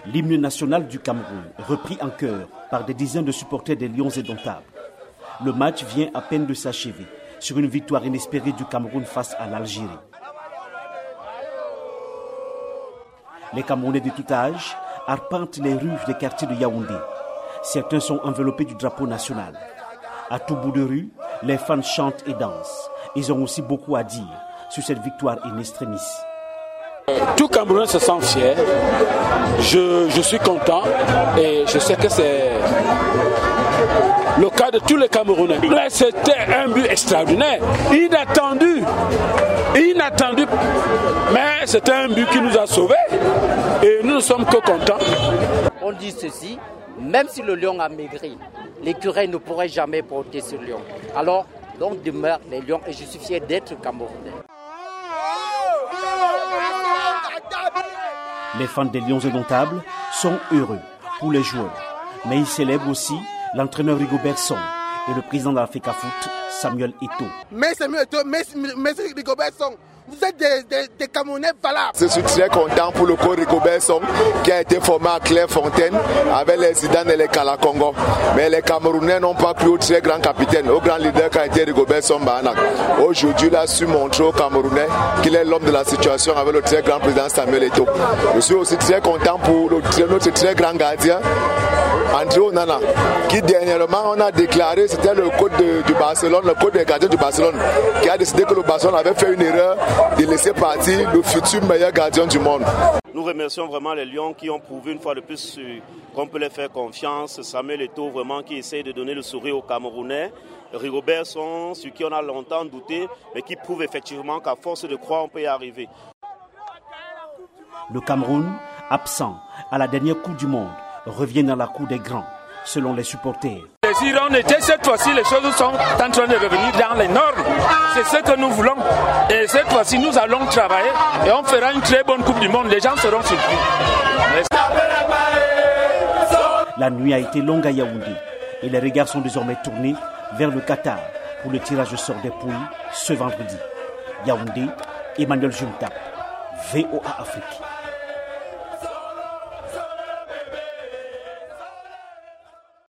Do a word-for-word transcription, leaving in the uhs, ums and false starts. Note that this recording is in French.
L'hymne national du Cameroun, repris en chœur par des dizaines de supporters des Lions indomptables. Le match vient à peine de s'achever sur une victoire inespérée du Cameroun face à l'Algérie. Les Camerounais de tout âge arpentent les rues des quartiers de Yaoundé. Certains sont enveloppés du drapeau national. À tout bout de rue, les fans chantent et dansent. Ils ont aussi beaucoup à dire sur cette victoire in extremis. Tout Camerounais se sent fier. Je, je suis content et je sais que c'est le cas de tous les Camerounais. Mais c'était un but extraordinaire, inattendu, inattendu. Mais c'était un but qui nous a sauvés et nous ne sommes que contents. On dit ceci, même si le lion a maigri, l'écureuil ne pourrait jamais porter ce lion. Alors, on demeure les lions et je suis fier d'être Camerounais. Les fans des Lions indomptables sont heureux pour les joueurs, mais ils célèbrent aussi l'entraîneur Rigobert Song et le président de la FECAFOOT, Samuel Eto'o. Mais Samuel Eto'o, mais Rigobert Song, vous êtes des, des, des Camerounais valables. Je suis très content pour le coach Rigobert Song qui a été formé à Clairefontaine avec les Zidane et les Kalakongo. Mais les Camerounais n'ont pas cru au très grand capitaine, au grand leader qui a été Rigobert Song Bahanak. Aujourd'hui, il a su montrer aux Camerounais qu'il est l'homme de la situation avec le très grand président Samuel Eto'o. Je suis aussi très content pour le, notre très grand gardien André Onana, qui dernièrement on a déclaré, c'était le code de, du Barcelone, le code des gardiens du Barcelone, qui a décidé que le Barcelone avait fait une erreur de laisser partir le futur meilleur gardien du monde. Nous remercions vraiment les Lions qui ont prouvé une fois de plus qu'on peut les faire confiance. Samuel Eto'o vraiment qui essaye de donner le sourire aux Camerounais. Rigobert Song, sur qui on a longtemps douté, mais qui prouve effectivement qu'à force de croire, on peut y arriver. Le Cameroun, absent à la dernière Coupe du Monde, revient dans la cour des grands, selon les supporters. Si on était cette fois-ci, les choses sont en train de revenir dans les normes. C'est ce que nous voulons. Et cette fois-ci, nous allons travailler et on fera une très bonne Coupe du Monde. Les gens seront surpris. La nuit a été longue à Yaoundé et les regards sont désormais tournés vers le Qatar pour le tirage au sort des poules ce vendredi. Yaoundé, Emmanuel Junta, V O A Afrique.